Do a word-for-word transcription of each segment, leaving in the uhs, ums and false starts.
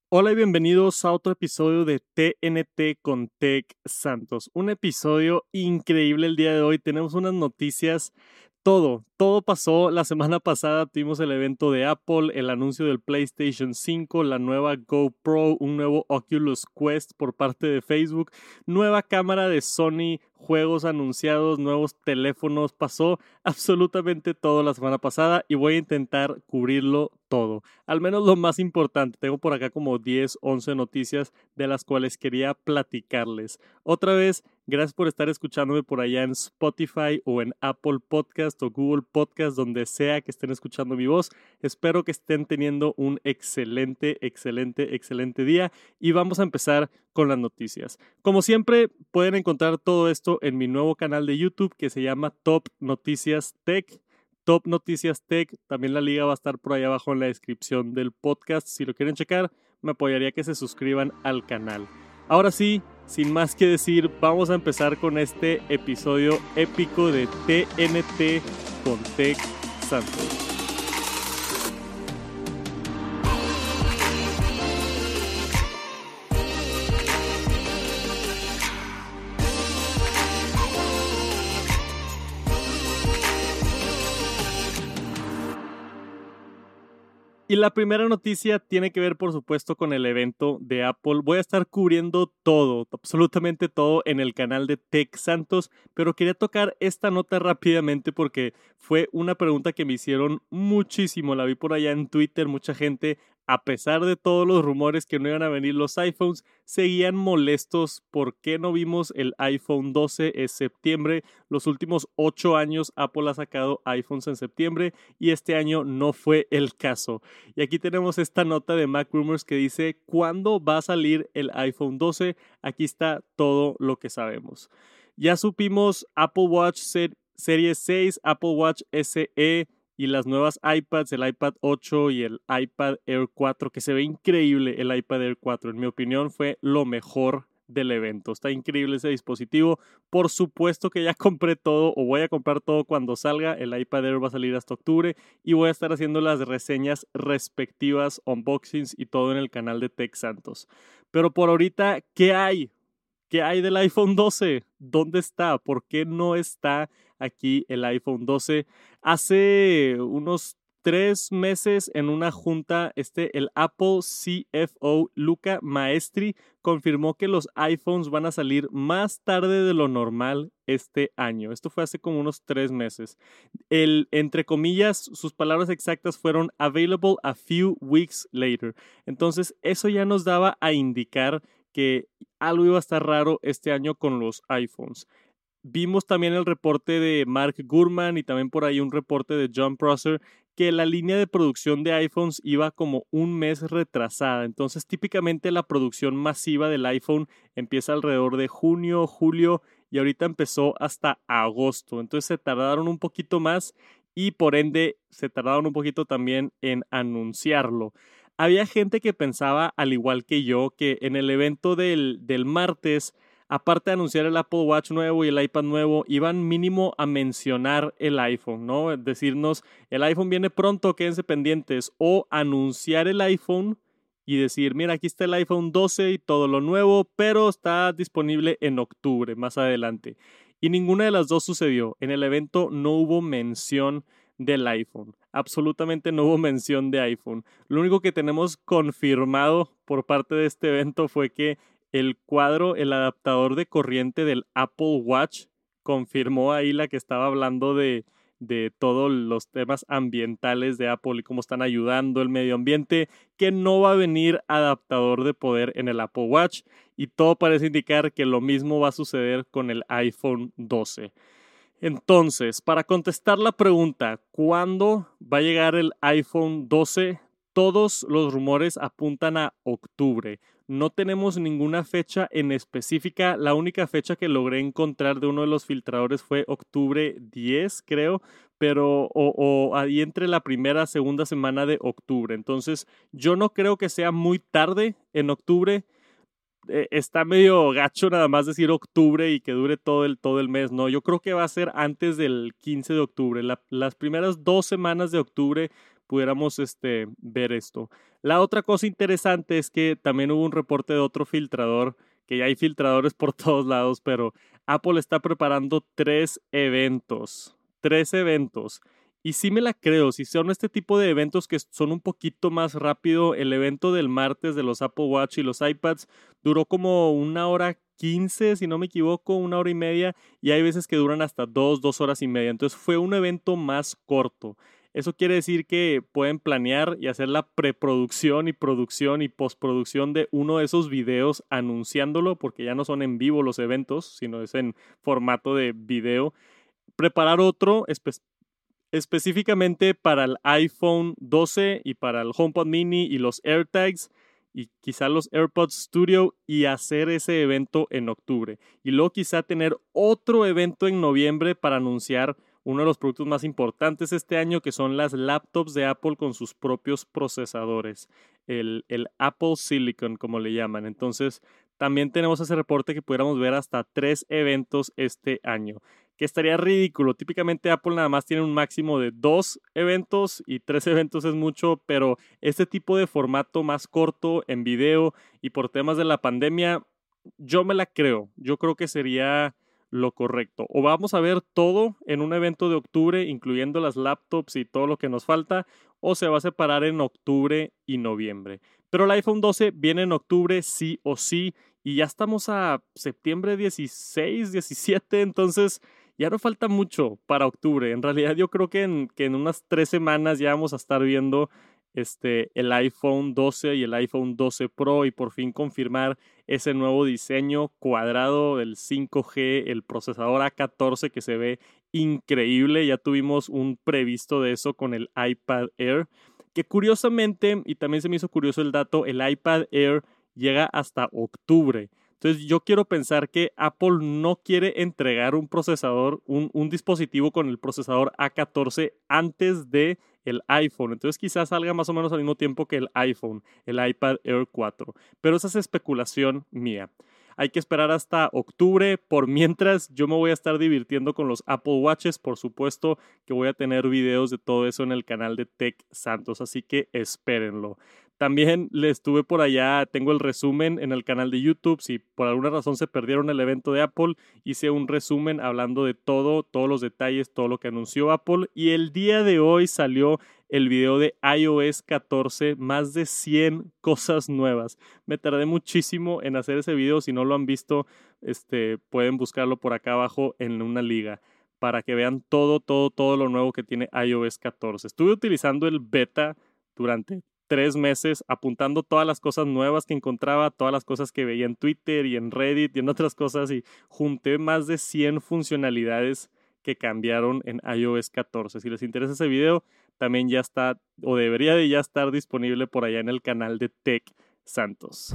Hola y bienvenidos a otro episodio de T N T con Tech Santos. Un episodio increíble el día de hoy. Tenemos unas noticias. Todo, todo pasó la semana pasada. Tuvimos el evento de Apple, el anuncio del PlayStation cinco, la nueva GoPro, un nuevo Oculus Quest por parte de Facebook, nueva cámara de Sony, juegos anunciados, nuevos teléfonos. Pasó absolutamente todo la semana pasada y voy a intentar cubrirlo todo. Al menos lo más importante. Tengo por acá como diez, once noticias de las cuales quería platicarles. Otra vez, gracias por estar escuchándome por allá en Spotify o en Apple Podcast o Google Podcast, donde sea que estén escuchando mi voz. Espero que estén teniendo un excelente, excelente, excelente día y vamos a empezar con las noticias. Como siempre, pueden encontrar todo esto en mi nuevo canal de YouTube que se llama Top Noticias Tech. Top Noticias Tech, también la liga va a estar por ahí abajo en la descripción del podcast. Si lo quieren checar, me apoyaría que se suscriban al canal. Ahora sí, sin más que decir, vamos a empezar con este episodio épico de T N T con Tech Santos. Y la primera noticia tiene que ver, por supuesto, con el evento de Apple. Voy a estar cubriendo todo, absolutamente todo en el canal de Tech Santos, pero quería tocar esta nota rápidamente porque fue una pregunta que me hicieron muchísimo. La vi por allá en Twitter, mucha gente, a pesar de todos los rumores que no iban a venir los iPhones, seguían molestos. ¿Por qué no vimos el iPhone doce en septiembre? Los últimos ocho años Apple ha sacado iPhones en septiembre y este año no fue el caso. Y aquí tenemos esta nota de Mac Rumors que dice ¿cuándo va a salir el iPhone doce? Aquí está todo lo que sabemos. Ya supimos Apple Watch ser- Series seis, Apple Watch S E y las nuevas iPads, el iPad ocho y el iPad Air cuatro, que se ve increíble el iPad Air cuatro. En mi opinión fue lo mejor del evento. Está increíble ese dispositivo. Por supuesto que ya compré todo o voy a comprar todo cuando salga. El iPad Air va a salir hasta octubre y voy a estar haciendo las reseñas respectivas, unboxings y todo en el canal de Tech Santos. Pero por ahorita, ¿qué hay? ¿Qué hay del iPhone doce? ¿Dónde está? ¿Por qué no está aquí el iPhone doce? Hace unos tres meses en una junta, este, el Apple C F O Luca Maestri confirmó que los iPhones van a salir más tarde de lo normal este año. Esto fue hace como unos tres meses. El, entre comillas, sus palabras exactas fueron available a few weeks later. Entonces, eso ya nos daba a indicar que algo iba a estar raro este año con los iPhones. Vimos también el reporte de Mark Gurman y también por ahí un reporte de John Prosser que la línea de producción de iPhones iba como un mes retrasada. Entonces, típicamente la producción masiva del iPhone empieza alrededor de junio, julio y ahorita empezó hasta agosto. Entonces, se tardaron un poquito más y por ende se tardaron un poquito también en anunciarlo. Había gente que pensaba, al igual que yo, que en el evento del, del martes, aparte de anunciar el Apple Watch nuevo y el iPad nuevo, iban mínimo a mencionar el iPhone, ¿no? Decirnos, el iPhone viene pronto, quédense pendientes. O anunciar el iPhone y decir, mira, aquí está el iPhone doce y todo lo nuevo, pero está disponible en octubre, más adelante. Y ninguna de las dos sucedió. En el evento no hubo mención del iPhone. Absolutamente no hubo mención de iPhone. Lo único que tenemos confirmado por parte de este evento fue que el cuadro, el adaptador de corriente del Apple Watch, confirmó ahí la que estaba hablando de, de todos los temas ambientales de Apple y cómo están ayudando el medio ambiente, que no va a venir adaptador de poder en el Apple Watch y todo parece indicar que lo mismo va a suceder con el iPhone doce. Entonces, para contestar la pregunta, ¿cuándo va a llegar el iPhone doce? Todos los rumores apuntan a octubre. No tenemos ninguna fecha en específica. La única fecha que logré encontrar de uno de los filtradores fue octubre diez, creo, pero o, o ahí entre la primera, segunda semana de octubre. Entonces, yo no creo que sea muy tarde en octubre. Eh, está medio gacho nada más decir octubre y que dure todo el, todo el mes, ¿no? Yo creo que va a ser antes del quince de octubre. La, las primeras dos semanas de octubre pudiéramos este, ver esto. La otra cosa interesante es que también hubo un reporte de otro filtrador, que ya hay filtradores por todos lados, pero Apple está preparando tres eventos, tres eventos. Y sí me la creo, si son este tipo de eventos que son un poquito más rápido. El evento del martes de los Apple Watch y los iPads duró como una hora quince, si no me equivoco, una hora y media, y hay veces que duran hasta dos, dos horas y media. Entonces fue un evento más corto. Eso quiere decir que pueden planear y hacer la preproducción y producción y postproducción de uno de esos videos anunciándolo, porque ya no son en vivo los eventos, sino es en formato de video. Preparar otro espe- específicamente para el iPhone doce y para el HomePod Mini y los AirTags y quizá los AirPods Studio, y hacer ese evento en octubre. Y luego quizá tener otro evento en noviembre para anunciar uno de los productos más importantes este año, que son las laptops de Apple con sus propios procesadores, el, el Apple Silicon, como le llaman. Entonces, también tenemos ese reporte que pudiéramos ver hasta tres eventos este año, que estaría ridículo. Típicamente Apple nada más tiene un máximo de dos eventos y tres eventos es mucho, pero este tipo de formato más corto en video y por temas de la pandemia, yo me la creo. Yo creo que sería lo correcto. O vamos a ver todo en un evento de octubre, incluyendo las laptops y todo lo que nos falta, o se va a separar en octubre y noviembre. Pero el iPhone doce viene en octubre sí o sí, y ya estamos a septiembre dieciséis, diecisiete, entonces ya no falta mucho para octubre. En realidad yo creo que en, que en unas tres semanas ya vamos a estar viendo este, el iPhone doce y el iPhone doce Pro, y por fin confirmar ese nuevo diseño cuadrado del cinco G, el procesador A catorce que se ve increíble. Ya tuvimos un previsto de eso con el iPad Air, que curiosamente, y también se me hizo curioso el dato, el iPad Air llega hasta octubre. Entonces yo quiero pensar que Apple no quiere entregar un procesador, un, un dispositivo con el procesador A catorce antes de el iPhone. Entonces quizás salga más o menos al mismo tiempo que el iPhone, el iPad Air cuatro. Pero esa es especulación mía. Hay que esperar hasta octubre. Por mientras, yo me voy a estar divirtiendo con los Apple Watches. Por supuesto que voy a tener videos de todo eso en el canal de Tech Santos, así que espérenlo. También les estuve por allá, tengo el resumen en el canal de YouTube. Si por alguna razón se perdieron el evento de Apple, hice un resumen hablando de todo, todos los detalles, todo lo que anunció Apple. Y el día de hoy salió el video de iOS catorce, más de cien cosas nuevas. Me tardé muchísimo en hacer ese video. Si no lo han visto, este, pueden buscarlo por acá abajo en una liga para que vean todo, todo, todo lo nuevo que tiene iOS catorce. Estuve utilizando el beta durante tres meses, apuntando todas las cosas nuevas que encontraba, todas las cosas que veía en Twitter y en Reddit y en otras cosas, y junté más de cien funcionalidades que cambiaron en iOS catorce. Si les interesa ese video, también ya está, o debería de ya estar disponible por allá en el canal de Tech Santos.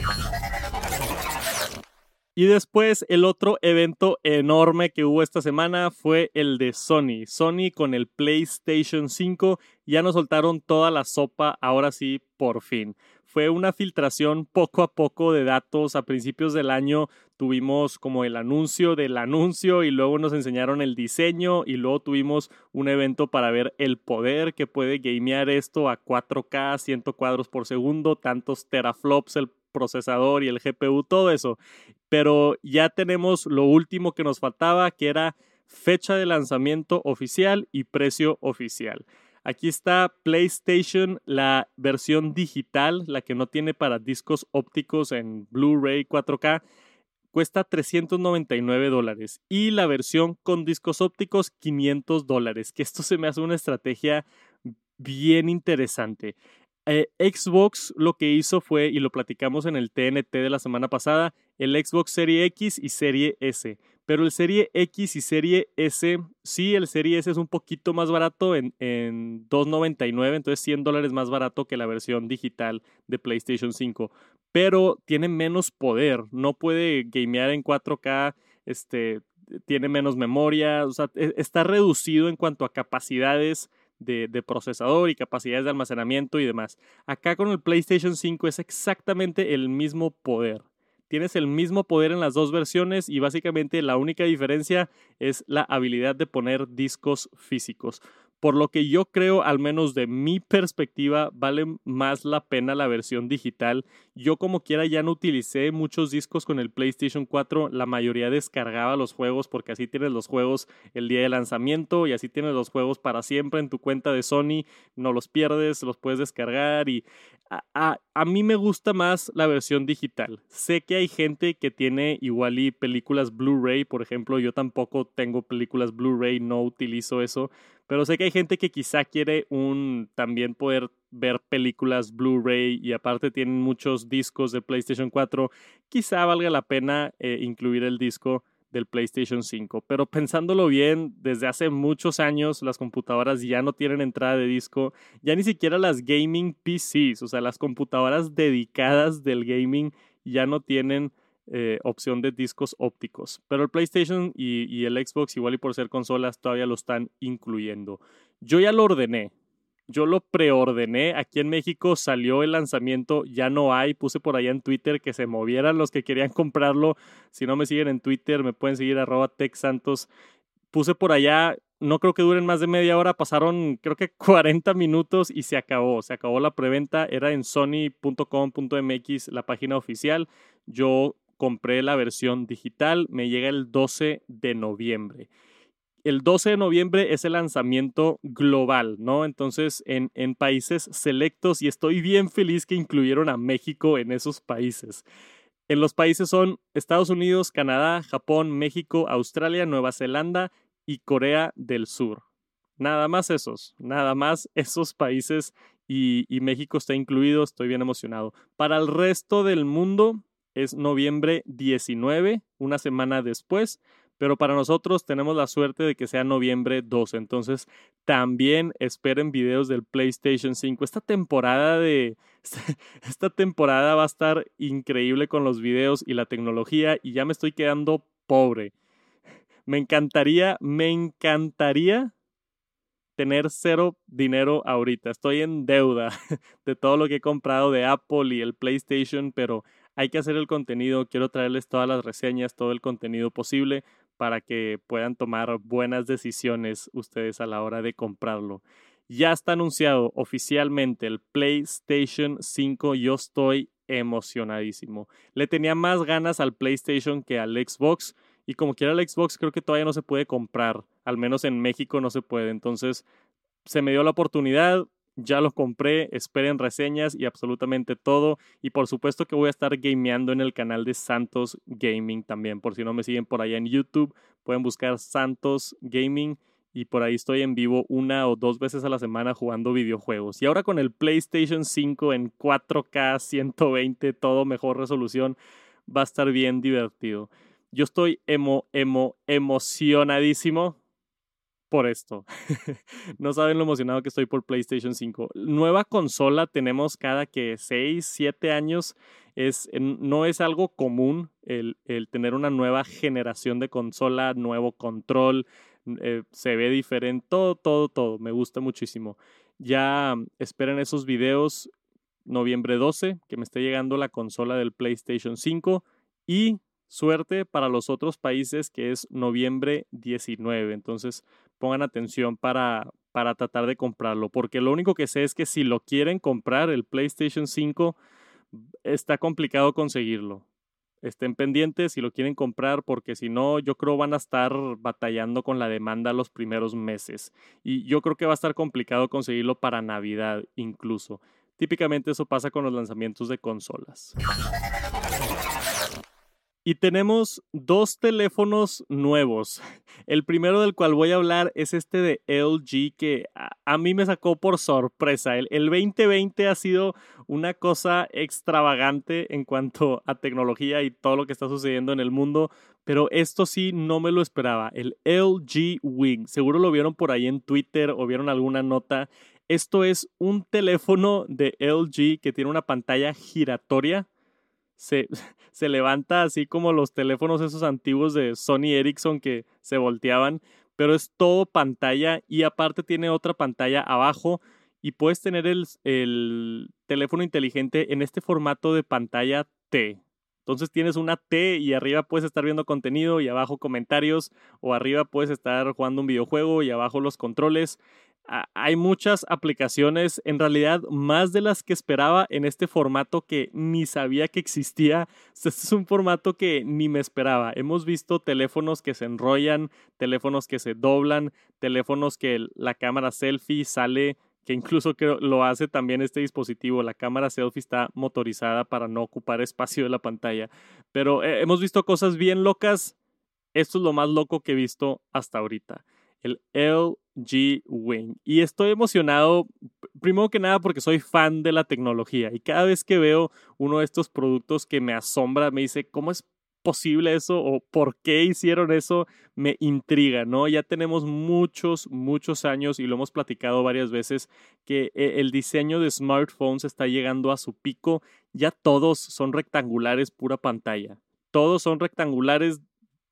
Y después el otro evento enorme que hubo esta semana fue el de Sony. Sony con el PlayStation cinco ya nos soltaron toda la sopa, ahora sí, por fin. Fue una filtración poco a poco de datos. A principios del año tuvimos como el anuncio del anuncio y luego nos enseñaron el diseño y luego tuvimos un evento para ver el poder que puede gamear esto a cuatro K, cien cuadros por segundo, tantos teraflops el procesador y el G P U, todo eso. Pero ya tenemos lo último que nos faltaba, que era fecha de lanzamiento oficial y precio oficial. Aquí está PlayStation, la versión digital, la que no tiene para discos ópticos en Blu-ray cuatro K, cuesta trescientos noventa y nueve dólares. Y la versión con discos ópticos, quinientos dólares. Que esto se me hace una estrategia bien interesante. Eh, Xbox lo que hizo fue, y lo platicamos en el T N T de la semana pasada, el Xbox Serie X y Serie S. Pero el Serie X y Serie S, sí, el Serie S es un poquito más barato en, en dos noventa y nueve, entonces cien dólares más barato que la versión digital de PlayStation cinco. Pero tiene menos poder, no puede gamear en cuatro K, este, tiene menos memoria, o sea, está reducido en cuanto a capacidades De, de procesador y capacidades de almacenamiento y demás. Acá con el PlayStation cinco es exactamente el mismo poder. Tienes el mismo poder en las dos versiones y básicamente la única diferencia es la habilidad de poner discos físicos. Por lo que yo creo, al menos de mi perspectiva, vale más la pena la versión digital. Yo como quiera ya no utilicé muchos discos con el PlayStation cuatro. La mayoría descargaba los juegos porque así tienes los juegos el día de lanzamiento y así tienes los juegos para siempre en tu cuenta de Sony. No los pierdes, los puedes descargar y a, a, a mí me gusta más la versión digital. Sé que hay gente que tiene igual y películas Blu-ray, por ejemplo. Yo tampoco tengo películas Blu-ray, no utilizo eso. Pero sé que hay gente que quizá quiere un también poder ver películas Blu-ray y aparte tienen muchos discos de PlayStation cuatro. Quizá valga la pena eh, incluir el disco del PlayStation cinco. Pero pensándolo bien, desde hace muchos años las computadoras ya no tienen entrada de disco. Ya ni siquiera las gaming P Cs, o sea, las computadoras dedicadas del gaming ya no tienen Eh, opción de discos ópticos, pero el PlayStation y, y el Xbox, igual y por ser consolas, todavía lo están incluyendo. Yo ya lo ordené, yo lo preordené, aquí en México salió el lanzamiento, ya no hay, puse por allá en Twitter que se movieran los que querían comprarlo. Si no me siguen en Twitter, me pueden seguir arroba texsantos. Puse por allá, no creo que duren más de media hora, pasaron creo que cuarenta minutos y se acabó, se acabó la preventa, era en sony punto com punto m x la página oficial. Yo compré la versión digital, me llega el doce de noviembre. El doce de noviembre es el lanzamiento global, ¿no? Entonces, en, en países selectos, y estoy bien feliz que incluyeron a México en esos países. En los países son Estados Unidos, Canadá, Japón, México, Australia, Nueva Zelanda y Corea del Sur. Nada más esos, nada más esos países y, y México está incluido, estoy bien emocionado. Para el resto del mundo es noviembre diecinueve, una semana después, pero para nosotros tenemos la suerte de que sea noviembre doce, entonces también esperen videos del PlayStation cinco. Esta temporada de esta temporada va a estar increíble con los videos y la tecnología y ya me estoy quedando pobre. Me encantaría, me encantaría tener cero dinero ahorita. Estoy en deuda de todo lo que he comprado de Apple y el PlayStation, pero hay que hacer el contenido. Quiero traerles todas las reseñas, todo el contenido posible para que puedan tomar buenas decisiones ustedes a la hora de comprarlo. Ya está anunciado oficialmente el PlayStation cinco. Yo estoy emocionadísimo. Le tenía más ganas al PlayStation que al Xbox. Y como quiera el Xbox creo que todavía no se puede comprar. Al menos en México no se puede. Entonces se me dio la oportunidad. Ya lo compré. Esperen reseñas y absolutamente todo. Y por supuesto que voy a estar gameando en el canal de Santos Gaming también. Por si no me siguen por allá en YouTube, pueden buscar Santos Gaming. Y por ahí estoy en vivo una o dos veces a la semana jugando videojuegos. Y ahora con el PlayStation cinco en cuatro K, ciento veinte, todo mejor resolución, va a estar bien divertido. Yo estoy emo, emo, emocionadísimo por esto. No saben lo emocionado que estoy por PlayStation cinco. Nueva consola tenemos cada que seis, siete años. Es, no es algo común el, el tener una nueva generación de consola, nuevo control. Eh, se ve diferente, todo, todo, todo. Me gusta muchísimo. Ya esperen esos videos noviembre doce, que me esté llegando la consola del PlayStation cinco y suerte para los otros países que es noviembre diecinueve. Entonces pongan atención para, para tratar de comprarlo, porque lo único que sé es que si lo quieren comprar el PlayStation cinco está complicado conseguirlo. Estén pendientes si lo quieren comprar porque si no yo creo van a estar batallando con la demanda los primeros meses y yo creo que va a estar complicado conseguirlo para Navidad incluso. Típicamente eso pasa con los lanzamientos de consolas. Y tenemos dos teléfonos nuevos. El primero del cual voy a hablar es este de L G que a, a mí me sacó por sorpresa. El, el veinte veinte ha sido una cosa extravagante en cuanto a tecnología y todo lo que está sucediendo en el mundo, pero esto sí no me lo esperaba. El L G Wing. Seguro lo vieron por ahí en Twitter o vieron alguna nota. Esto es un teléfono de L G que tiene una pantalla giratoria. Se, se levanta así como los teléfonos esos antiguos de Sony Ericsson que se volteaban, pero es todo pantalla y aparte tiene otra pantalla abajo y puedes tener el, el teléfono inteligente en este formato de pantalla T. Entonces tienes una T y arriba puedes estar viendo contenido y abajo comentarios, o arriba puedes estar jugando un videojuego y abajo los controles. a- hay muchas aplicaciones, en realidad más de las que esperaba en este formato que ni sabía que existía. Este es un formato que ni me esperaba. Hemos visto teléfonos que se enrollan, teléfonos que se doblan, teléfonos que el- la cámara selfie sale, que incluso creo lo hace también este dispositivo. La cámara selfie está motorizada para no ocupar espacio de la pantalla. Pero eh, hemos visto cosas bien locas. Esto es lo más loco que he visto hasta ahorita. El L G Wing. Y estoy emocionado, primero que nada porque soy fan de la tecnología. Y cada vez que veo uno de estos productos que me asombra, me dice, ¿cómo es posible eso? ¿O por qué hicieron eso? Me intriga, ¿no? Ya tenemos muchos, muchos años y lo hemos platicado varias veces que el diseño de smartphones está llegando a su pico. Ya todos son rectangulares, pura pantalla. Todos son rectangulares,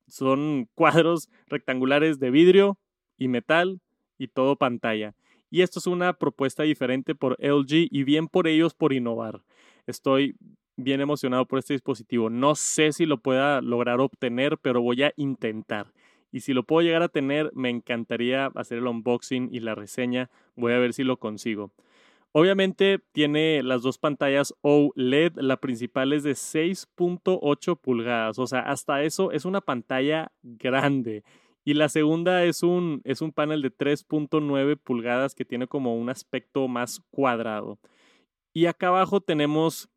son cuadros rectangulares de vidrio y metal y todo pantalla. Y esto es una propuesta diferente por L G y bien por ellos por innovar. Estoy bien emocionado por este dispositivo. No sé si lo pueda lograr obtener, pero voy a intentar. Y si lo puedo llegar a tener, me encantaría hacer el unboxing y la reseña. Voy a ver si lo consigo. Obviamente tiene las dos pantallas O L E D, la principal es de seis punto ocho pulgadas, o sea, hasta eso es una pantalla grande. Y la segunda es un, es un panel de tres punto nueve pulgadas que tiene como un aspecto más cuadrado. Y acá abajo tenemos,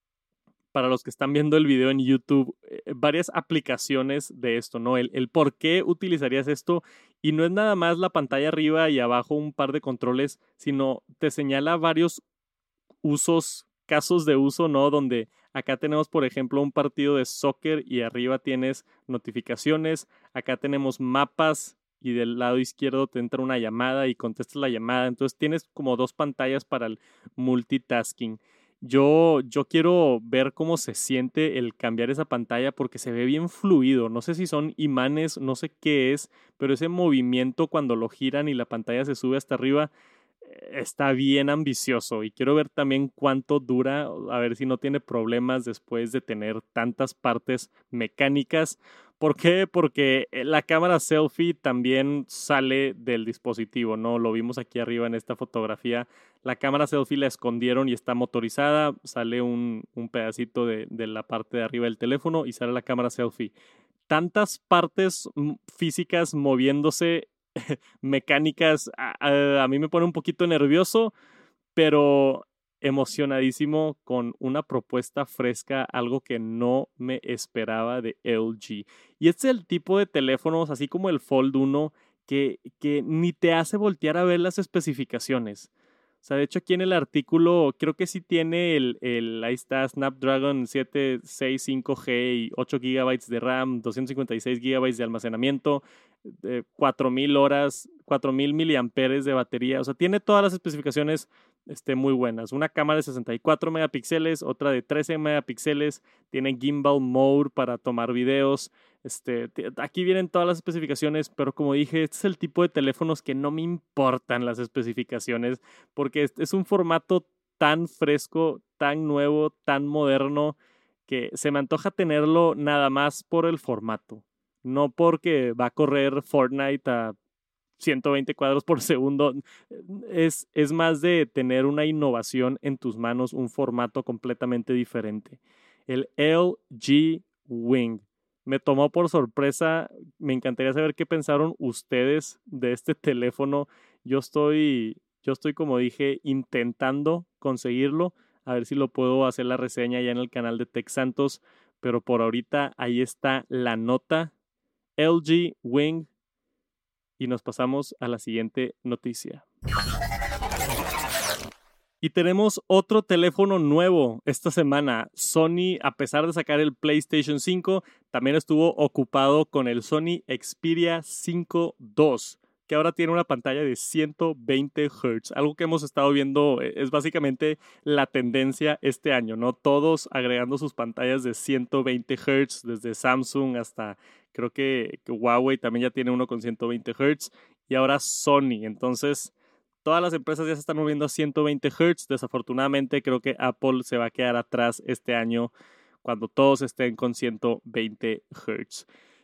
para los que están viendo el video en YouTube, eh, varias aplicaciones de esto, ¿no? El, el por qué utilizarías esto. Y no es nada más la pantalla arriba y abajo un par de controles, sino te señala varios usos, casos de uso, ¿no? Donde acá tenemos, por ejemplo, un partido de soccer y arriba tienes notificaciones. Acá tenemos mapas y del lado izquierdo te entra una llamada y contestas la llamada. Entonces tienes como dos pantallas para el multitasking. Yo, yo quiero ver cómo se siente el cambiar esa pantalla porque se ve bien fluido. No sé si son imanes, no sé qué es, pero ese movimiento cuando lo giran y la pantalla se sube hasta arriba está bien ambicioso y quiero ver también cuánto dura, a ver si no tiene problemas después de tener tantas partes mecánicas. ¿Por qué? Porque la cámara selfie también sale del dispositivo, ¿no? Lo vimos aquí arriba en esta fotografía. La cámara selfie la escondieron y está motorizada. Sale un, un pedacito de, de la parte de arriba del teléfono y sale la cámara selfie. Tantas partes físicas moviéndose mecánicas, a, a, a, mí me pone un poquito nervioso, pero emocionadísimo con una propuesta fresca, algo que no me esperaba de L G. Y este es el tipo de teléfonos, así como el Fold uno, que, que ni te hace voltear a ver las especificaciones. O sea, de hecho aquí en el artículo creo que sí tiene el, el ahí está, Snapdragon siete sesenta y cinco G y ocho gigabytes de RAM, doscientos cincuenta y seis gigabytes de almacenamiento, eh, cuatro mil horas, cuatro mil miliamperes de batería. O sea, tiene todas las especificaciones este, muy buenas. Una cámara de sesenta y cuatro megapíxeles, otra de trece megapíxeles, tiene gimbal mode para tomar videos. Este, aquí vienen todas las especificaciones, pero como dije, este es el tipo de teléfonos que no me importan las especificaciones porque es un formato tan fresco, tan nuevo, tan moderno, que se me antoja tenerlo nada más por el formato, no porque va a correr Fortnite a ciento veinte cuadros por segundo. Es, es más de tener una innovación en tus manos, un formato completamente diferente. El L G Wing. Me tomó por sorpresa. Me encantaría saber qué pensaron ustedes de este teléfono. Yo estoy, yo estoy, como dije, intentando conseguirlo. A ver si lo puedo hacer la reseña ya en el canal de Tech Santos. Pero por ahorita ahí está la nota. L G Wing. Y nos pasamos a la siguiente noticia. Y tenemos otro teléfono nuevo esta semana. Sony, a pesar de sacar el PlayStation cinco, también estuvo ocupado con el Sony Xperia cinco dos, que ahora tiene una pantalla de ciento veinte hertz. Algo que hemos estado viendo es básicamente la tendencia este año, ¿no? Todos agregando sus pantallas de ciento veinte hertz, desde Samsung hasta creo que, que Huawei también ya tiene uno con ciento veinte hertz. Y ahora Sony. Entonces, todas las empresas ya se están moviendo a ciento veinte hertz. Desafortunadamente, creo que Apple se va a quedar atrás este año cuando todos estén con ciento veinte hertz.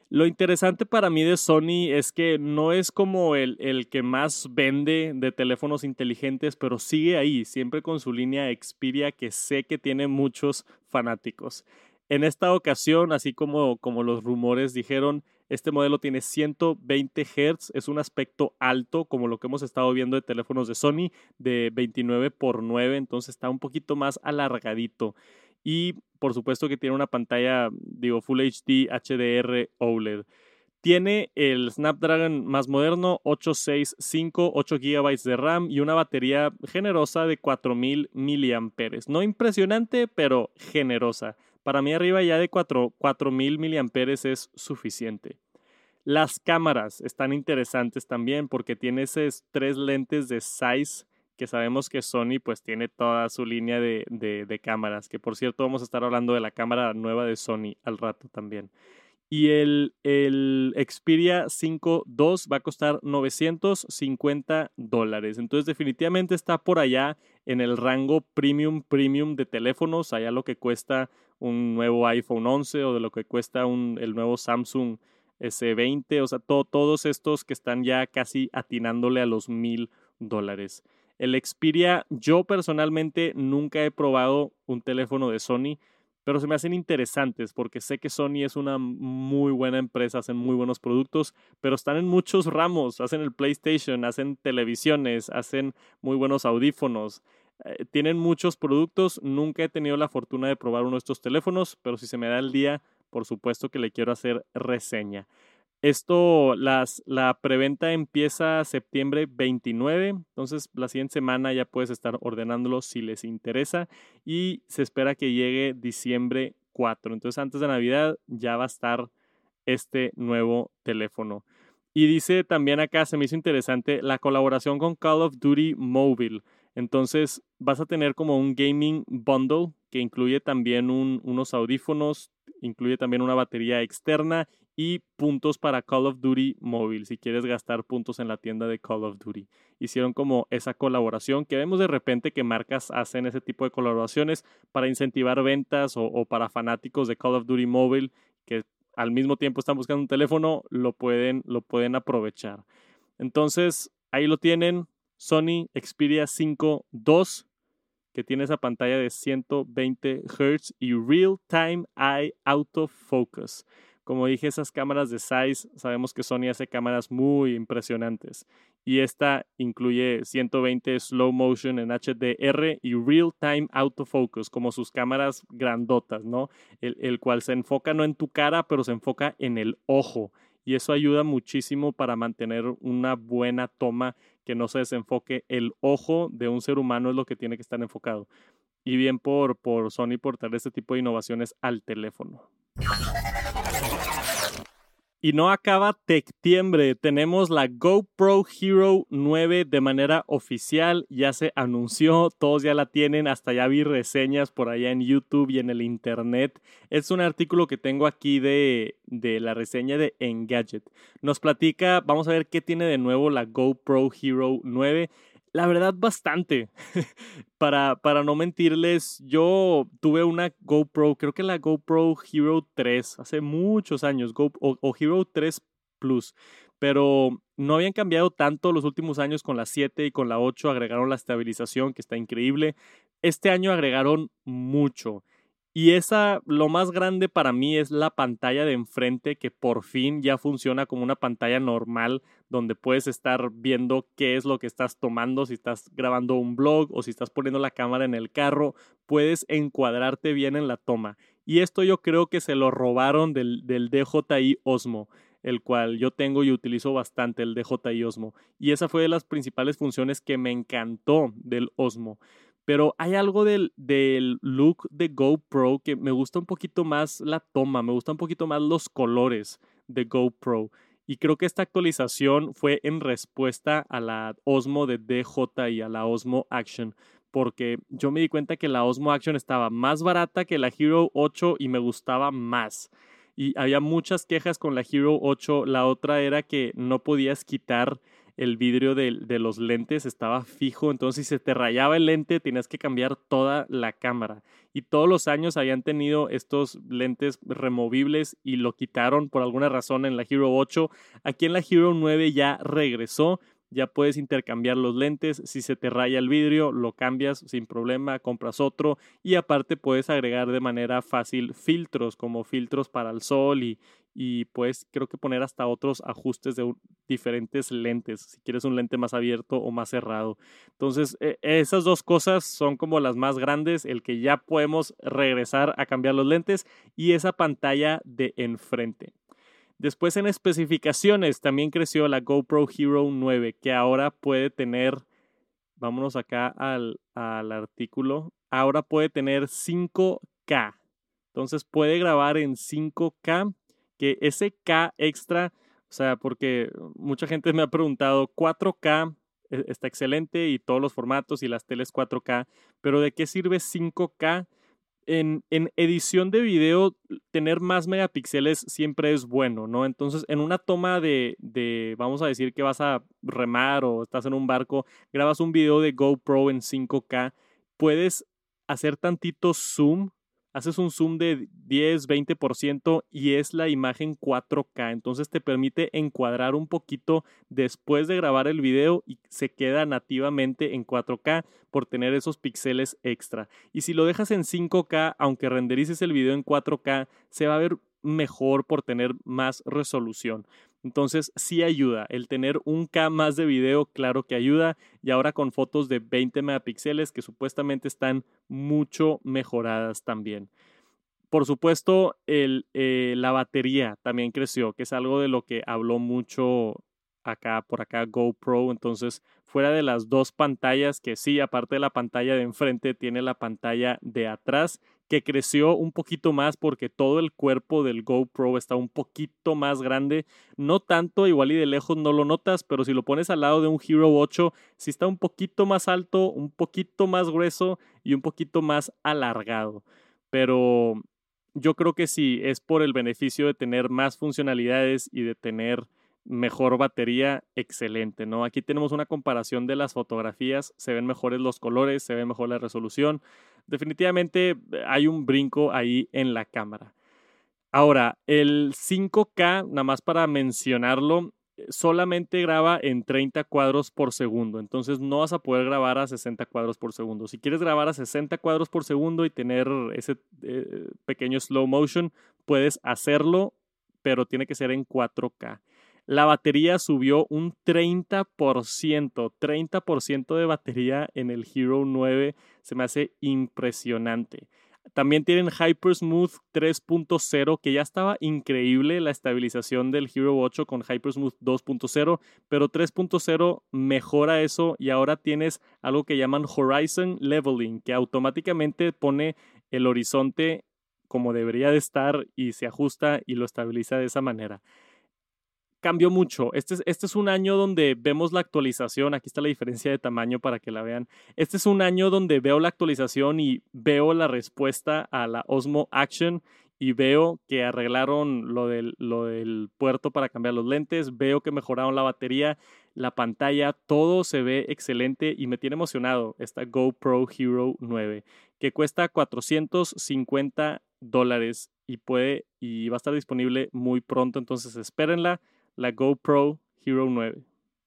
Lo interesante para mí de Sony es que no es como el, el que más vende de teléfonos inteligentes, pero sigue ahí, siempre con su línea Xperia, que sé que tiene muchos fanáticos. En esta ocasión, así como, como los rumores dijeron, este modelo tiene ciento veinte hertz, es un aspecto alto, como lo que hemos estado viendo de teléfonos de Sony, de veintinueve por nueve, entonces está un poquito más alargadito. Y por supuesto que tiene una pantalla, digo, Full H D, H D R, O L E D. Tiene el Snapdragon más moderno, ochocientos sesenta y cinco, ocho gigabytes de RAM y una batería generosa de cuatro mil miliamperios. No impresionante, pero generosa. Para mí arriba ya de cuatro mil miliamperios es suficiente. Las cámaras están interesantes también porque tiene esos tres lentes de Zeiss que sabemos que Sony pues tiene toda su línea de, de, de cámaras, que por cierto vamos a estar hablando de la cámara nueva de Sony al rato también. Y el, el Xperia cinco dos va a costar novecientos cincuenta dólares. Entonces definitivamente está por allá en el rango premium premium de teléfonos, allá lo que cuesta un nuevo iPhone once o de lo que cuesta un, el nuevo Samsung ese veinte, o sea, to, todos estos que están ya casi atinándole a los mil dólares. El Xperia, yo personalmente nunca he probado un teléfono de Sony, pero se me hacen interesantes porque sé que Sony es una muy buena empresa, hacen muy buenos productos, pero están en muchos ramos, hacen el PlayStation, hacen televisiones, hacen muy buenos audífonos, eh, tienen muchos productos. Nunca he tenido la fortuna de probar uno de estos teléfonos, pero si se me da el día, por supuesto que le quiero hacer reseña. Esto, las, la preventa empieza septiembre veintinueve, entonces la siguiente semana ya puedes estar ordenándolo si les interesa y se espera que llegue diciembre cuatro, entonces antes de Navidad ya va a estar este nuevo teléfono. Y dice también acá, se me hizo interesante, la colaboración con Call of Duty Mobile. Entonces vas a tener como un gaming bundle que incluye también un, unos audífonos, incluye también una batería externa y puntos para Call of Duty Mobile, si quieres gastar puntos en la tienda de Call of Duty. Hicieron como esa colaboración que vemos de repente que marcas hacen ese tipo de colaboraciones para incentivar ventas o, o para fanáticos de Call of Duty Mobile que al mismo tiempo están buscando un teléfono, lo pueden, lo pueden aprovechar. Entonces, ahí lo tienen, Sony Xperia cinco dos, que tiene esa pantalla de ciento veinte hertz y Real Time Eye Autofocus. Como dije, esas cámaras de Zeiss, sabemos que Sony hace cámaras muy impresionantes. Y esta incluye ciento veinte Slow Motion en H D R y Real Time Autofocus, como sus cámaras grandotas, ¿no? El, el cual se enfoca no en tu cara, pero se enfoca en el ojo. Y eso ayuda muchísimo para mantener una buena toma, que no se desenfoque. El ojo de un ser humano es lo que tiene que estar enfocado. Y bien por, por Sony por traer este tipo de innovaciones al teléfono. Y no acaba Tectiembre, tenemos la GoPro Hero nueve de manera oficial, ya se anunció, todos ya la tienen, hasta ya vi reseñas por allá en YouTube y en el internet. Es un artículo que tengo aquí de, de la reseña de Engadget. Nos platica, vamos a ver qué tiene de nuevo la GoPro Hero nueve. La verdad, bastante. para, para no mentirles, yo tuve una GoPro, creo que la GoPro Hero tres, hace muchos años, Go, o, o Hero tres Plus, pero no habían cambiado tanto los últimos años. Con la siete y con la ocho agregaron la estabilización, que está increíble. Este año agregaron mucho. Y esa, lo más grande para mí es la pantalla de enfrente, que por fin ya funciona como una pantalla normal, donde puedes estar viendo qué es lo que estás tomando, si estás grabando un vlog o si estás poniendo la cámara en el carro, puedes encuadrarte bien en la toma. Y esto yo creo que se lo robaron del, del D J I Osmo, el cual yo tengo y utilizo bastante, el D J I Osmo. Y esa fue de las principales funciones que me encantó del Osmo. Pero hay algo del, del look de GoPro que me gusta un poquito más la toma, me gusta un poquito más los colores de GoPro. Y creo que esta actualización fue en respuesta a la Osmo de D J I, a la Osmo Action. Porque yo me di cuenta que la Osmo Action estaba más barata que la Hero ocho y me gustaba más. Y había muchas quejas con la Hero ocho. La otra era que no podías quitar el vidrio de, de los lentes estaba fijo, entonces si se te rayaba el lente tenías que cambiar toda la cámara. Y todos los años habían tenido estos lentes removibles y lo quitaron por alguna razón en la Hero ocho. Aquí en la Hero nueve ya regresó. Ya puedes intercambiar los lentes, si se te raya el vidrio lo cambias sin problema, compras otro y aparte puedes agregar de manera fácil filtros como filtros para el sol y, y puedes creo que poner hasta otros ajustes de diferentes lentes, si quieres un lente más abierto o más cerrado. Entonces eh, esas dos cosas son como las más grandes, el que ya podemos regresar a cambiar los lentes y esa pantalla de enfrente. Después en especificaciones también creció la GoPro Hero nueve, que ahora puede tener, vámonos acá al, al artículo, ahora puede tener cinco K. Entonces puede grabar en cinco K, que ese K extra, o sea, porque mucha gente me ha preguntado, cuatro K está excelente y todos los formatos y las teles cuatro K, pero ¿de qué sirve cinco K? En, en edición de video, tener más megapíxeles siempre es bueno, ¿no? Entonces, en una toma de, de, vamos a decir que vas a remar o estás en un barco, grabas un video de GoPro en cinco K, puedes hacer tantito zoom, haces un zoom de diez, veinte por ciento y es la imagen cuatro K. Entonces te permite encuadrar un poquito después de grabar el video y se queda nativamente en cuatro K por tener esos píxeles extra. Y si lo dejas en cinco K, aunque renderices el video en cuatro K, se va a ver mejor por tener más resolución. Entonces sí ayuda, el tener un K más de video, claro que ayuda, y ahora con fotos de veinte megapíxeles que supuestamente están mucho mejoradas también. Por supuesto, el, eh, la batería también creció, que es algo de lo que habló mucho acá, por acá GoPro. Entonces, fuera de las dos pantallas, que sí, aparte de la pantalla de enfrente, tiene la pantalla de atrás, que creció un poquito más porque todo el cuerpo del GoPro está un poquito más grande. No tanto, igual y de lejos no lo notas, pero si lo pones al lado de un Hero ocho, sí está un poquito más alto, un poquito más grueso y un poquito más alargado. Pero yo creo que sí, es por el beneficio de tener más funcionalidades y de tener mejor batería, excelente, ¿no? Aquí tenemos una comparación de las fotografías, se ven mejores los colores, se ve mejor la resolución. Definitivamente hay un brinco ahí en la cámara. Ahora, el cinco K, nada más para mencionarlo, solamente graba en treinta cuadros por segundo, entonces no vas a poder grabar a sesenta cuadros por segundo. Si quieres grabar a sesenta cuadros por segundo y tener ese eh, pequeño slow motion, puedes hacerlo, pero tiene que ser en cuatro K. La batería subió un treinta por ciento, treinta por ciento de batería en el Hero nueve, se me hace impresionante. También tienen HyperSmooth tres punto cero, que ya estaba increíble la estabilización del Hero ocho con HyperSmooth dos punto cero, pero tres punto cero mejora eso y ahora tienes algo que llaman Horizon Leveling, que automáticamente pone el horizonte como debería de estar y se ajusta y lo estabiliza de esa manera. Cambió mucho. Este es, este es un año donde vemos la actualización. Aquí está la diferencia de tamaño para que la vean. Este es un año donde veo la actualización y veo la respuesta a la Osmo Action y veo que arreglaron lo del, lo del puerto para cambiar los lentes. Veo que mejoraron la batería, la pantalla. Todo se ve excelente y me tiene emocionado esta GoPro Hero nueve, que cuesta cuatrocientos cincuenta dólares y puede y va a estar disponible muy pronto. Entonces espérenla. La GoPro Hero nueve.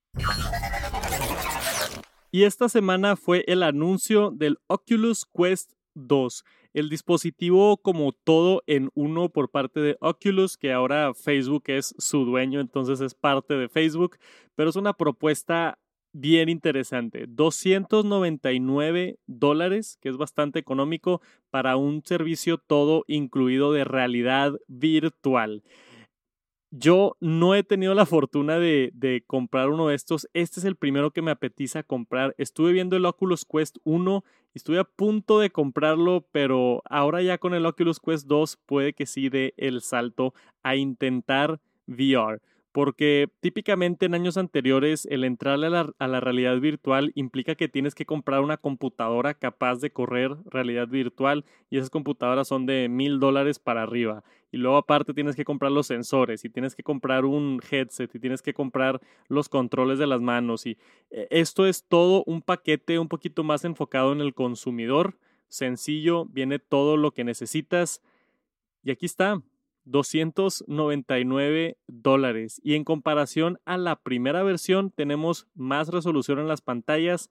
Y esta semana fue el anuncio del Oculus Quest dos, el dispositivo como todo en uno por parte de Oculus, que ahora Facebook es su dueño, entonces es parte de Facebook, pero es una propuesta bien interesante. doscientos noventa y nueve dólares, que es bastante económico para un servicio todo incluido de realidad virtual. Yo no he tenido la fortuna de, de comprar uno de estos. Este es el primero que me apetece comprar. Estuve viendo el Oculus Quest uno y estuve a punto de comprarlo, pero ahora ya con el Oculus Quest dos puede que sí dé el salto a intentar V R. Porque típicamente en años anteriores el entrarle a la, a la realidad virtual implica que tienes que comprar una computadora capaz de correr realidad virtual y esas computadoras son de mil dólares para arriba. y luego aparte tienes que comprar los sensores y tienes que comprar un headset y tienes que comprar los controles de las manos y esto es todo un paquete un poquito más enfocado en el consumidor, sencillo, viene todo lo que necesitas y aquí está, doscientos noventa y nueve dólares. Y en comparación a la primera versión, tenemos más resolución en las pantallas,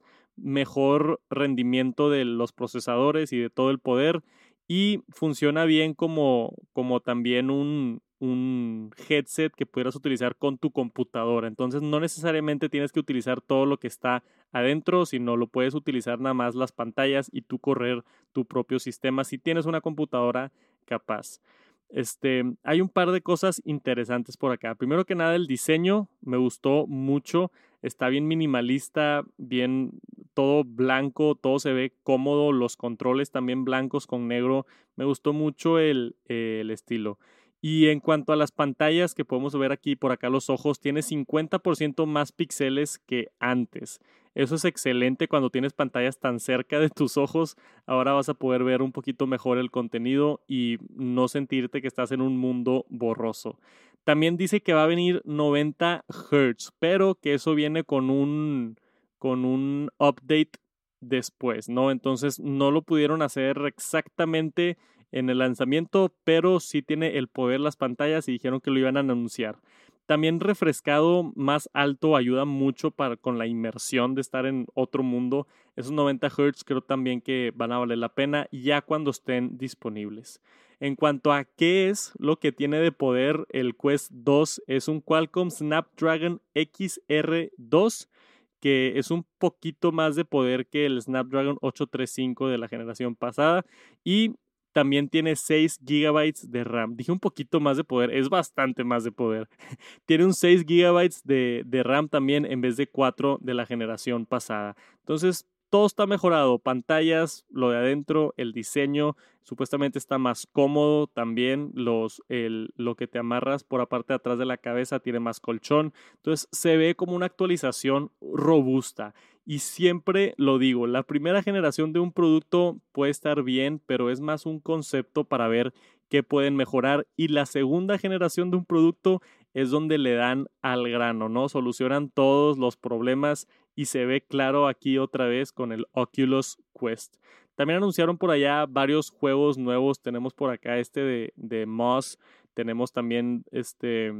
mejor rendimiento de los procesadores y de todo el poder. Y funciona bien como, como también un, un headset que pudieras utilizar con tu computadora. Entonces no necesariamente tienes que utilizar todo lo que está adentro, sino lo puedes utilizar nada más las pantallas y tú correr tu propio sistema si tienes una computadora capaz. Este, hay un par de cosas interesantes por acá. Primero que nada, el diseño me gustó mucho. Está bien minimalista, bien todo blanco, todo se ve cómodo. Los controles también blancos con negro. Me gustó mucho el, eh, el estilo. Y en cuanto a las pantallas que podemos ver aquí, por acá los ojos, tiene cincuenta por ciento más píxeles que antes. Eso es excelente cuando tienes pantallas tan cerca de tus ojos. Ahora vas a poder ver un poquito mejor el contenido y no sentirte que estás en un mundo borroso. También dice que va a venir noventa hertz, pero que eso viene con un, con un update después, ¿no? Entonces no lo pudieron hacer exactamente en el lanzamiento, pero sí tiene el poder las pantallas y dijeron que lo iban a anunciar. También refrescado más alto ayuda mucho para, con la inmersión de estar en otro mundo. Esos noventa hertz creo también que van a valer la pena ya cuando estén disponibles. En cuanto a qué es lo que tiene de poder el Quest dos, es un Qualcomm Snapdragon X R dos, que es un poquito más de poder que el Snapdragon ochocientos treinta y cinco de la generación pasada y también tiene seis gigabytes de RAM. Dije un poquito más de poder, es bastante más de poder. Tiene un seis gigabytes de, de RAM también en vez de cuatro de la generación pasada. Entonces, todo está mejorado. Pantallas, lo de adentro, el diseño, supuestamente está más cómodo también. Los, el, lo que te amarras por la parte de atrás de la cabeza tiene más colchón. Entonces, se ve como una actualización robusta. Y siempre lo digo, la primera generación de un producto puede estar bien, pero es más un concepto para ver qué pueden mejorar. Y la segunda generación de un producto es donde le dan al grano, ¿no? Solucionan todos los problemas y se ve claro aquí otra vez con el Oculus Quest. También anunciaron por allá varios juegos nuevos. Tenemos por acá este de, de Moss. Tenemos también este...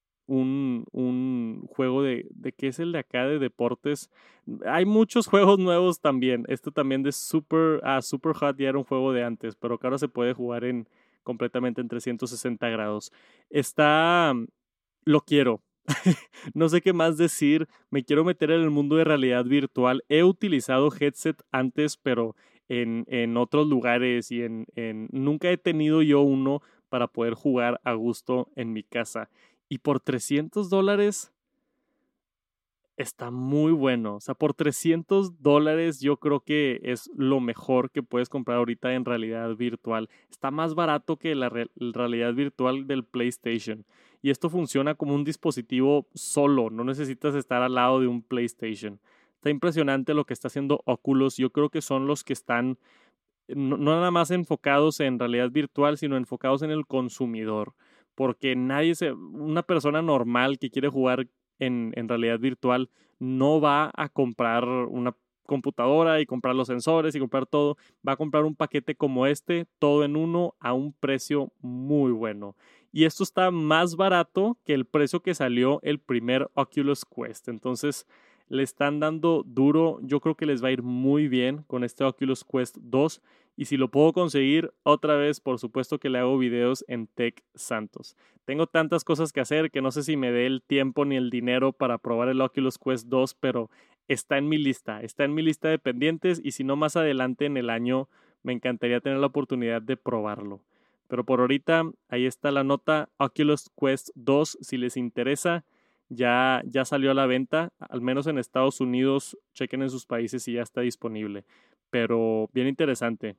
Un, un juego de, de ¿qué es el de acá de deportes? Hay muchos juegos nuevos también. Esto también de Super, ah, Super Hot ya era un juego de antes, pero que ahora se puede jugar en completamente en trescientos sesenta grados. Está, lo quiero. No sé qué más decir. Me quiero meter en el mundo de realidad virtual. He utilizado headset antes, pero en, en otros lugares y en, en nunca he tenido yo uno para poder jugar a gusto en mi casa. Y por trescientos dólares está muy bueno. O sea, por trescientos dólares yo creo que es lo mejor que puedes comprar ahorita en realidad virtual. Está más barato que la re- realidad virtual del PlayStation. Y esto funciona como un dispositivo solo. No necesitas estar al lado de un PlayStation. Está impresionante lo que está haciendo Oculus. Yo creo que son los que están no, no nada más enfocados en realidad virtual, sino enfocados en el consumidor. Porque nadie se, una persona normal que quiere jugar en, en realidad virtual no va a comprar una computadora y comprar los sensores y comprar todo. Va a comprar un paquete como este, todo en uno, a un precio muy bueno. Y esto está más barato que el precio que salió el primer Oculus Quest. Entonces le están dando duro. Yo creo que les va a ir muy bien con este Oculus Quest dos. Y si lo puedo conseguir, otra vez, por supuesto que le hago videos en Tech Santos. Tengo tantas cosas que hacer que no sé si me dé el tiempo ni el dinero para probar el Oculus Quest dos, pero está en mi lista. Está en mi lista de pendientes y si no más adelante en el año me encantaría tener la oportunidad de probarlo. Pero por ahorita, ahí está la nota, Oculus Quest dos, si les interesa. Ya, ya salió a la venta, al menos en Estados Unidos, chequen en sus países si ya está disponible, pero bien interesante.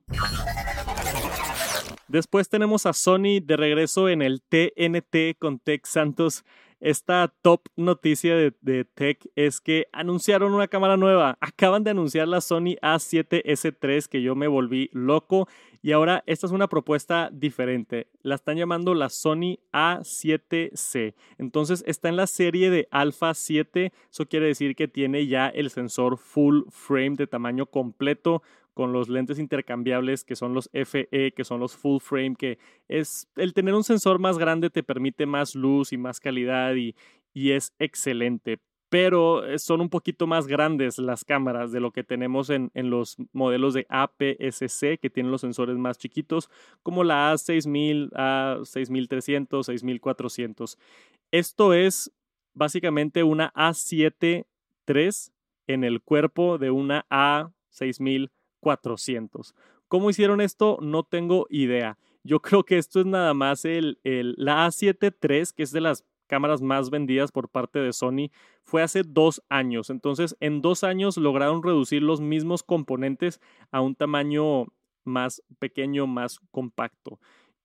Después tenemos a Sony de regreso en el T N T con Tech Santos. esta top noticia de, de tech es que anunciaron una cámara nueva. Acaban de anunciar la Sony A siete S tres, que yo me volví loco. Y ahora esta es una propuesta diferente. La están llamando la Sony A siete C. Entonces está en la serie de Alpha siete. Eso quiere decir que tiene ya el sensor full frame de tamaño completo, con los lentes intercambiables que son los F E, que son los full frame, que es el tener un sensor más grande te permite más luz y más calidad y, y es excelente. Pero son un poquito más grandes las cámaras de lo que tenemos en, en los modelos de A P S C, que tienen los sensores más chiquitos, como la A seis mil, A seis mil trescientos, seis mil cuatrocientos. Esto es básicamente una A siete tres en el cuerpo de una A seis mil cuatrocientos. ¿Cómo hicieron esto? No tengo idea. Yo creo que esto es nada más el, el, la A siete tres, que es de las cámaras más vendidas por parte de Sony, fue hace dos años. Entonces, en dos años lograron reducir los mismos componentes a un tamaño más pequeño, más compacto.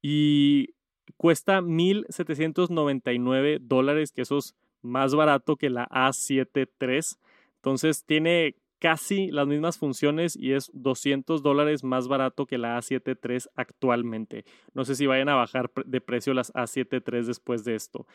Y cuesta mil setecientos noventa y nueve dólares, que eso es más barato que la A siete tres. Entonces, tiene casi las mismas funciones y es doscientos dólares más barato que la A siete tres actualmente. No sé si vayan a bajar de precio las A siete tres después de esto,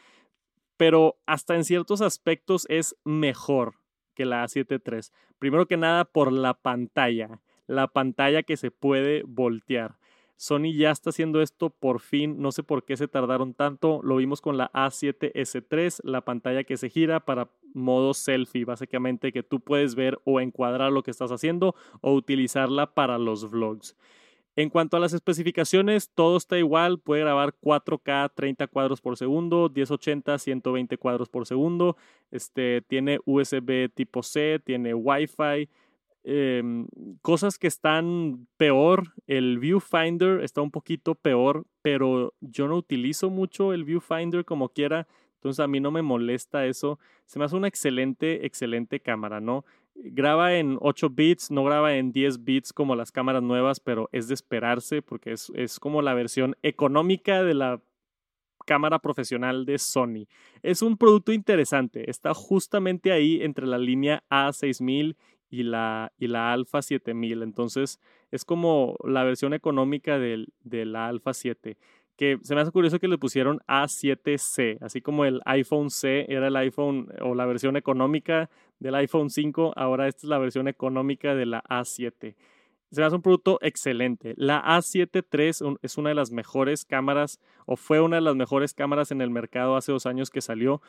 pero hasta en ciertos aspectos es mejor que la A siete tres. Primero que nada por la pantalla, la pantalla que se puede voltear. Sony ya está haciendo esto por fin, no sé por qué se tardaron tanto. Lo vimos con la A siete S tres, la pantalla que se gira para modo selfie, básicamente, que tú puedes ver o encuadrar lo que estás haciendo o utilizarla para los vlogs. En cuanto a las especificaciones, todo está igual. Puede grabar cuatro K, treinta cuadros por segundo, diez ochenta, ciento veinte cuadros por segundo. Este, tiene U S B tipo C, tiene Wi-Fi. Eh, cosas que están peor, el viewfinder está un poquito peor, pero yo no utilizo mucho el viewfinder como quiera, entonces a mí no me molesta eso. Se me hace una excelente, excelente cámara, ¿no? Graba en ocho bits, no graba en diez bits como las cámaras nuevas, pero es de esperarse porque es, es como la versión económica de la cámara profesional de Sony. Es un producto interesante, está justamente ahí entre la línea A seis mil y la, y la Alpha siete mil, entonces es como la versión económica del, de la Alpha siete, que se me hace curioso que le pusieron A siete C, así como el iPhone C era el iPhone o la versión económica del iPhone cinco, ahora esta es la versión económica de la A siete. Se me hace un producto excelente. La A siete tres es una de las mejores cámaras, o fue una de las mejores cámaras en el mercado hace dos años que salió,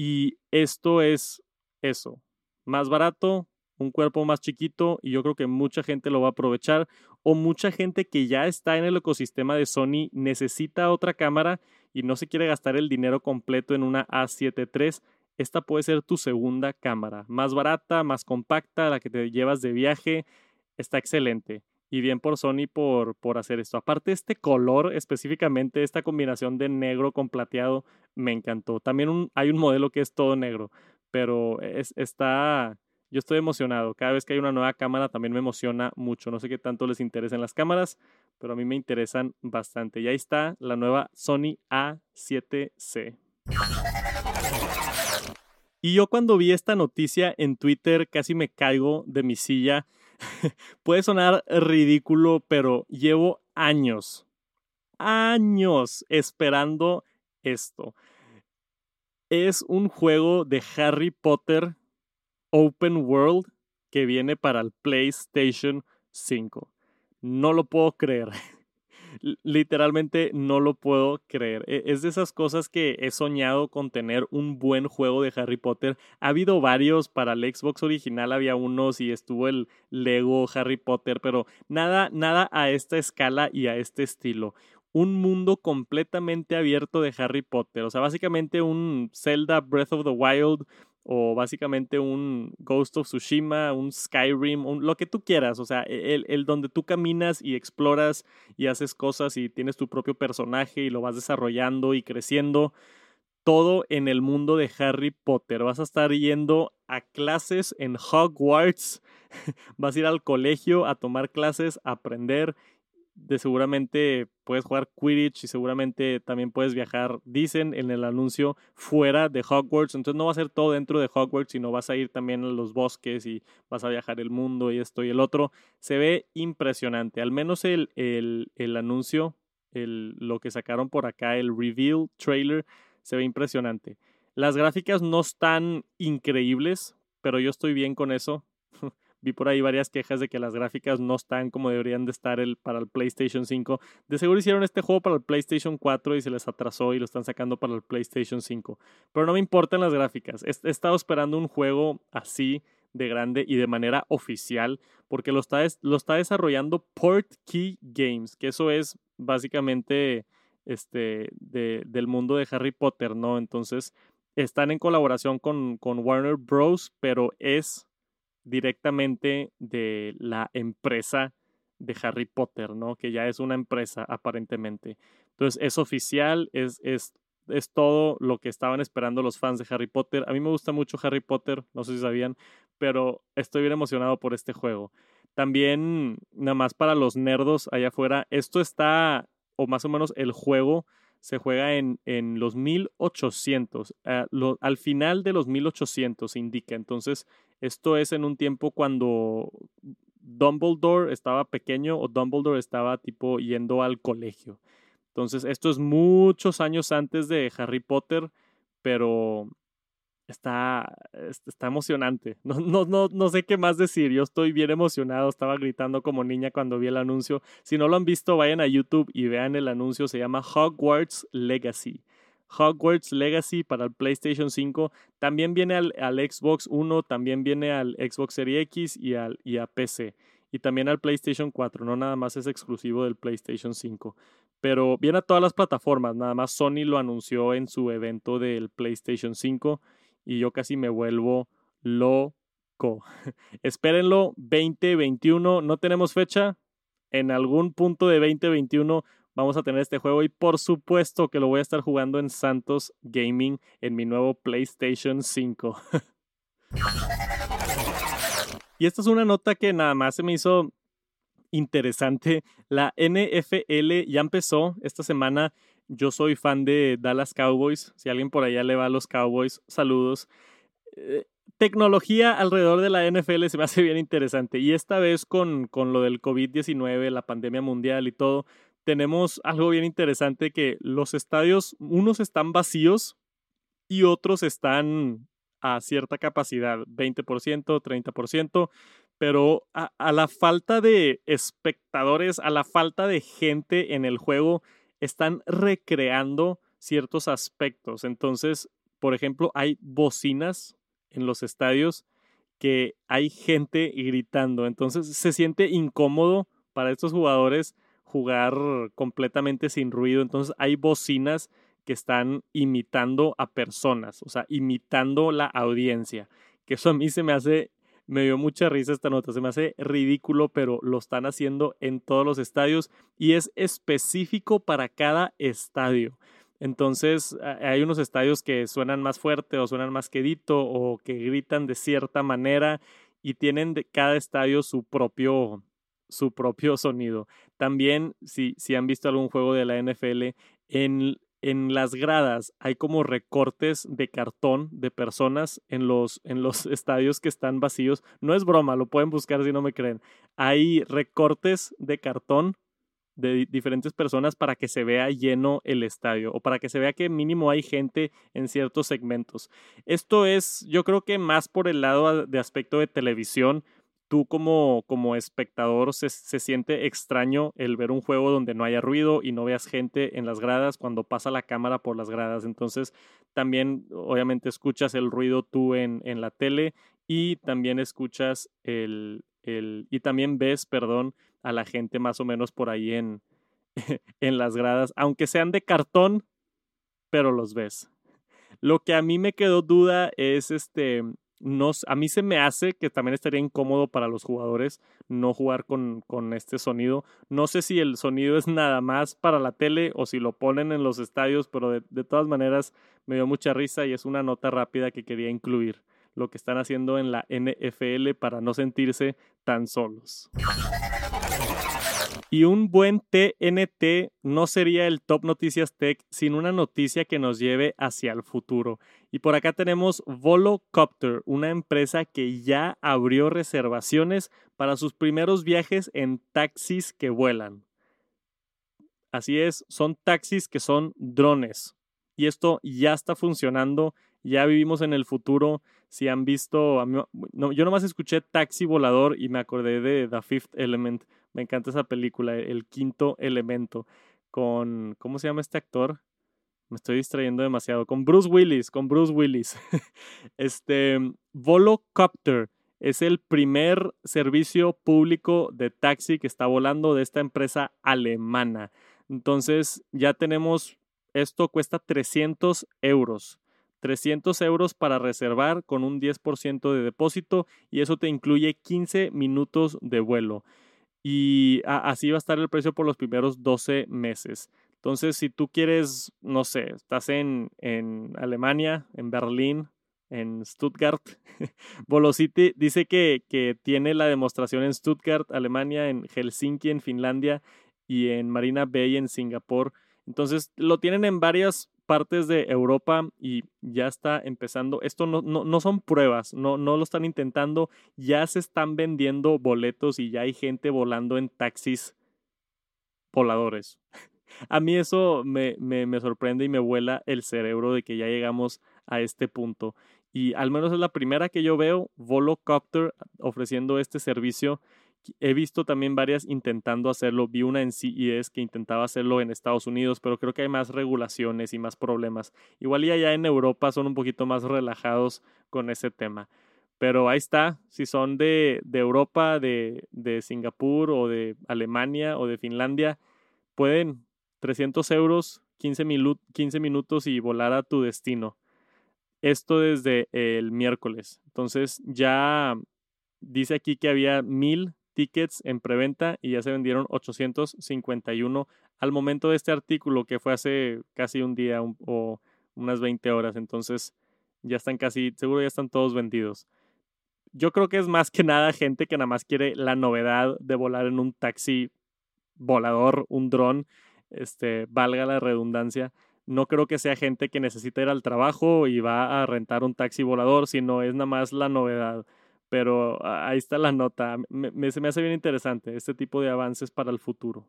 y esto es eso, más barato, un cuerpo más chiquito, y yo creo que mucha gente lo va a aprovechar, o mucha gente que ya está en el ecosistema de Sony necesita otra cámara y no se quiere gastar el dinero completo en una A siete tres. Esta puede ser tu segunda cámara, más barata, más compacta, la que te llevas de viaje. Está excelente. Y bien por Sony por, por hacer esto. Aparte, este color, específicamente esta combinación de negro con plateado, me encantó. También un, hay un modelo que es todo negro, pero es, está... Yo estoy emocionado. Cada vez que hay una nueva cámara también me emociona mucho. No sé qué tanto les interesan las cámaras, pero a mí me interesan bastante. Y ahí está la nueva Sony A siete C. Y yo cuando vi esta noticia en Twitter casi me caigo de mi silla. Puede sonar ridículo, pero llevo años, años esperando esto. Es un juego de Harry Potter Open World que viene para el PlayStation cinco. No lo puedo creer. Literalmente no lo puedo creer. Es de esas cosas que he soñado con tener un buen juego de Harry Potter. Ha habido varios, para el Xbox original había unos y estuvo el Lego Harry Potter, pero nada, nada a esta escala y a este estilo. Un mundo completamente abierto de Harry Potter. O sea, básicamente un Zelda Breath of the Wild, o básicamente un Ghost of Tsushima, un Skyrim, un, lo que tú quieras. O sea, el, el donde tú caminas y exploras y haces cosas y tienes tu propio personaje y lo vas desarrollando y creciendo. Todo en el mundo de Harry Potter. Vas a estar yendo a clases en Hogwarts. Vas a ir al colegio a tomar clases, a aprender. de seguramente puedes jugar Quidditch y seguramente también puedes viajar, dicen en el anuncio, fuera de Hogwarts. Entonces no va a ser todo dentro de Hogwarts, sino vas a ir también a los bosques y vas a viajar el mundo y esto y el otro. Se ve impresionante, al menos el, el, el anuncio, el, lo que sacaron por acá, el reveal trailer, se ve impresionante. Las gráficas no están increíbles, pero yo estoy bien con eso. Vi por ahí varias quejas de que las gráficas no están como deberían de estar el, para el PlayStation cinco. De seguro hicieron este juego para el PlayStation cuatro y se les atrasó y lo están sacando para el PlayStation cinco. Pero no me importan las gráficas. He, he estado esperando un juego así de grande y de manera oficial porque lo está, lo está desarrollando Portkey Games, que eso es básicamente este, de, del mundo de Harry Potter, ¿no? Entonces están en colaboración con, con Warner Bros., pero es directamente de la empresa de Harry Potter, ¿no? Que ya es una empresa aparentemente. Entonces es oficial, es, es, es todo lo que estaban esperando los fans de Harry Potter. A mí me gusta mucho Harry Potter, no sé si sabían, pero estoy bien emocionado por este juego. También, nada más para los nerdos allá afuera, esto está, o más o menos el juego se juega en, en los mil ochocientos, uh, lo, al final de los mil ochocientos se indica. Entonces esto es en un tiempo cuando Dumbledore estaba pequeño o Dumbledore estaba tipo yendo al colegio. Entonces esto es muchos años antes de Harry Potter, pero está, está emocionante. No, no, no, no sé qué más decir. Yo estoy bien emocionado. Estaba gritando como niña cuando vi el anuncio. Si no lo han visto, vayan a YouTube y vean el anuncio. Se llama Hogwarts Legacy. Hogwarts Legacy para el PlayStation cinco. También viene al, al Xbox One, también viene al Xbox Series X y, al, y a P C. Y también al PlayStation cuatro. No nada más es exclusivo del PlayStation cinco. Pero viene a todas las plataformas. Nada más Sony lo anunció en su evento del PlayStation cinco. Y yo casi me vuelvo loco. Espérenlo, veinte veintiuno. No tenemos fecha. En algún punto de veinte veintiuno vamos a tener este juego. Y por supuesto que lo voy a estar jugando en Santos Gaming en mi nuevo PlayStation cinco. Y esta es una nota que nada más se me hizo interesante. La N F L ya empezó esta semana. Yo soy fan de Dallas Cowboys. Si alguien por allá le va a los Cowboys, saludos. Eh, tecnología alrededor de la N F L se me hace bien interesante. Y esta vez con, con lo del COVID diecinueve, la pandemia mundial y todo, tenemos algo bien interesante que los estadios, unos están vacíos y otros están a cierta capacidad, veinte por ciento, treinta por ciento. Pero a, a la falta de espectadores, a la falta de gente en el juego, están recreando ciertos aspectos. Entonces, por ejemplo, hay bocinas en los estadios que hay gente gritando. Entonces, se siente incómodo para estos jugadores jugar completamente sin ruido. Entonces, hay bocinas que están imitando a personas, o sea, imitando la audiencia. Que eso a mí se me hace... Me dio mucha risa esta nota, se me hace ridículo, pero lo están haciendo en todos los estadios y es específico para cada estadio. Entonces hay unos estadios que suenan más fuerte o suenan más quedito o que gritan de cierta manera y tienen de cada estadio su propio, su propio sonido. También, si, si han visto algún juego de la N F L, en... En las gradas hay como recortes de cartón de personas en los, en los estadios que están vacíos. No es broma, lo pueden buscar si no me creen. Hay recortes de cartón de diferentes personas para que se vea lleno el estadio o para que se vea que mínimo hay gente en ciertos segmentos. Esto es, yo creo que más por el lado de aspecto de televisión. Tú como, como espectador se, se siente extraño el ver un juego donde no haya ruido y no veas gente en las gradas cuando pasa la cámara por las gradas. Entonces también obviamente escuchas el ruido tú en, en la tele y también escuchas el, el y también ves, perdón, a la gente más o menos por ahí en, en las gradas, aunque sean de cartón, pero los ves. Lo que a mí me quedó duda es este... No, a mí se me hace que también estaría incómodo para los jugadores no jugar con, con este sonido. No sé si el sonido es nada más para la tele o si lo ponen en los estadios, pero de, de todas maneras me dio mucha risa y es una nota rápida que quería incluir. Lo que están haciendo en la N F L para no sentirse tan solos. Y un buen T N T no sería el Top Noticias Tech sin una noticia que nos lleve hacia el futuro. Y por acá tenemos Volocopter, una empresa que ya abrió reservaciones para sus primeros viajes en taxis que vuelan. Así es, son taxis que son drones. Y esto ya está funcionando, ya vivimos en el futuro. Si han visto, a mí- no, yo nomás escuché Taxi Volador y me acordé de The Fifth Element. Me encanta esa película, El Quinto Elemento, con, ¿cómo se llama este actor? Me estoy distrayendo demasiado. Con Bruce Willis, con Bruce Willis. Este, Volocopter es el primer servicio público de taxi que está volando de esta empresa alemana. Entonces ya tenemos, esto cuesta trescientos euros. trescientos euros para reservar con un diez por ciento de depósito y eso te incluye quince minutos de vuelo. Y a- así va a estar el precio por los primeros doce meses. Entonces, si tú quieres, no sé, estás en, en Alemania, en Berlín, en Stuttgart, Volocity dice que, que tiene la demostración en Stuttgart, Alemania, en Helsinki, en Finlandia y en Marina Bay, en Singapur. Entonces, lo tienen en varias partes de Europa y ya está empezando. Esto no, no, no son pruebas, no, no lo están intentando, ya se están vendiendo boletos y ya hay gente volando en taxis voladores. A mí eso me, me, me sorprende y me vuela el cerebro de que ya llegamos a este punto. Y al menos es la primera que yo veo, Volocopter ofreciendo este servicio. He visto también varias intentando hacerlo. Vi una en C E S que intentaba hacerlo en Estados Unidos, pero creo que hay más regulaciones y más problemas. Igual y allá en Europa son un poquito más relajados con ese tema. Pero ahí está, si son de, de Europa, de, de Singapur o de Alemania o de Finlandia, pueden trescientos euros, quince, minu- quince minutos y volar a tu destino. Esto desde el miércoles. Entonces ya dice aquí que había mil tickets en preventa y ya se vendieron ochocientos cincuenta y uno al momento de este artículo que fue hace casi un día un, o unas veinte horas. Entonces ya están casi, seguro ya están todos vendidos. Yo creo que es más que nada gente que nada más quiere la novedad de volar en un taxi volador, un dron, este, valga la redundancia. No creo que sea gente que necesita ir al trabajo y va a rentar un taxi volador, sino es nada más la novedad. Pero ah, ahí está la nota. Me, me- se me hace bien interesante este tipo de avances para el futuro.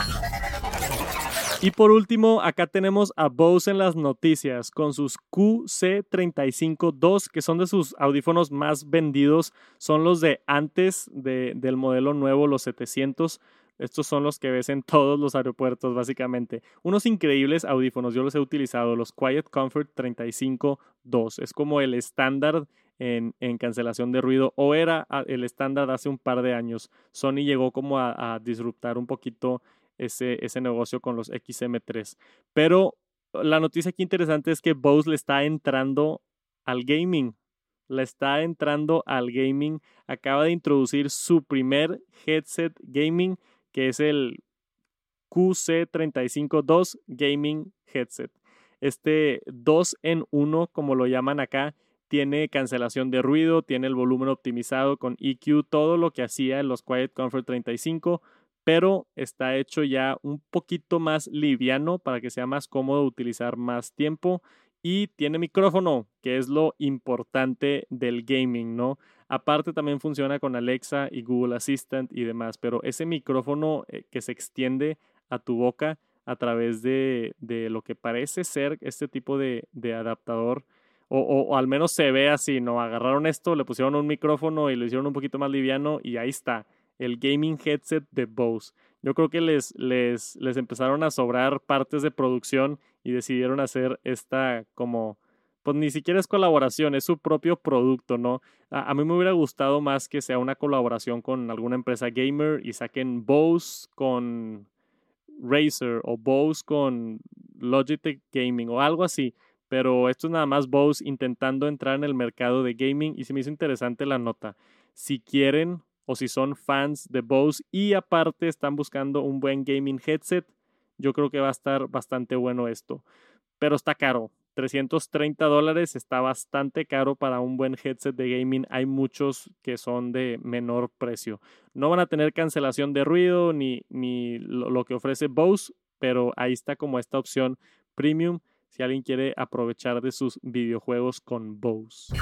Y por último, acá tenemos a Bose en las noticias con sus Q C treinta y cinco dos, que son de sus audífonos más vendidos. Son los de antes de, del modelo nuevo, los setecientos. Estos son los que ves en todos los aeropuertos, básicamente. Unos increíbles audífonos, yo los he utilizado, los Quiet Comfort treinta y cinco dos. Es como el estándar en, en cancelación de ruido, o era el estándar hace un par de años. Sony llegó como a, a disruptar un poquito ese, ese negocio con los X M tres. Pero la noticia aquí interesante es que Bose le está entrando al gaming. Le está entrando al gaming. Acaba de introducir su primer headset gaming, que es el Q C treinta y cinco dos Gaming Headset. Este dos en uno, como lo llaman acá, tiene cancelación de ruido, tiene el volumen optimizado con E Q, todo lo que hacía los Quiet Comfort treinta y cinco, pero está hecho ya un poquito más liviano para que sea más cómodo utilizar más tiempo y tiene micrófono, que es lo importante del gaming, ¿no? Aparte también funciona con Alexa y Google Assistant y demás, pero ese micrófono eh, que se extiende a tu boca a través de, de lo que parece ser este tipo de, de adaptador, o, o, o al menos se ve así, ¿no? Agarraron esto, le pusieron un micrófono y lo hicieron un poquito más liviano y ahí está, el gaming headset de Bose. Yo creo que les, les, les empezaron a sobrar partes de producción y decidieron hacer esta como, pues ni siquiera es colaboración, es su propio producto, ¿no? A, a mí me hubiera gustado más que sea una colaboración con alguna empresa gamer y saquen Bose con Razer o Bose con Logitech Gaming o algo así. Pero esto es nada más Bose intentando entrar en el mercado de gaming y se me hizo interesante la nota. Si quieren o si son fans de Bose y aparte están buscando un buen gaming headset, yo creo que va a estar bastante bueno esto. Pero está caro. trescientos treinta dólares está bastante caro para un buen headset de gaming. Hay muchos que son de menor precio. No van a tener cancelación de ruido ni, ni lo, lo que ofrece Bose, pero ahí está como esta opción premium si alguien quiere aprovechar de sus videojuegos con Bose.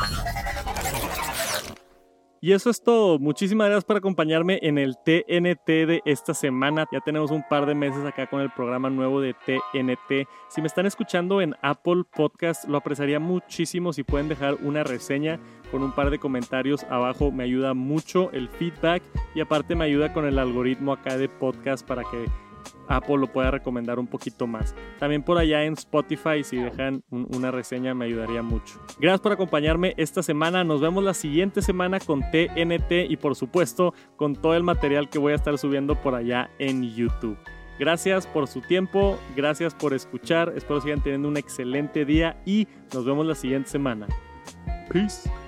Y eso es todo. Muchísimas gracias por acompañarme en el T N T de esta semana. Ya tenemos un par de meses acá con el programa nuevo de T N T. Si me están escuchando en Apple Podcast, lo apreciaría muchísimo si pueden dejar una reseña con un par de comentarios abajo. Me ayuda mucho el feedback y aparte me ayuda con el algoritmo acá de podcast para que Apple lo pueda recomendar un poquito más. También por allá en Spotify, si dejan un, una reseña, me ayudaría mucho. Gracias por acompañarme esta semana. Nos vemos la siguiente semana con T N T y por supuesto con todo el material que voy a estar subiendo por allá en YouTube. Gracias por su tiempo, gracias por escuchar. Espero sigan teniendo un excelente día y nos vemos la siguiente semana. Peace.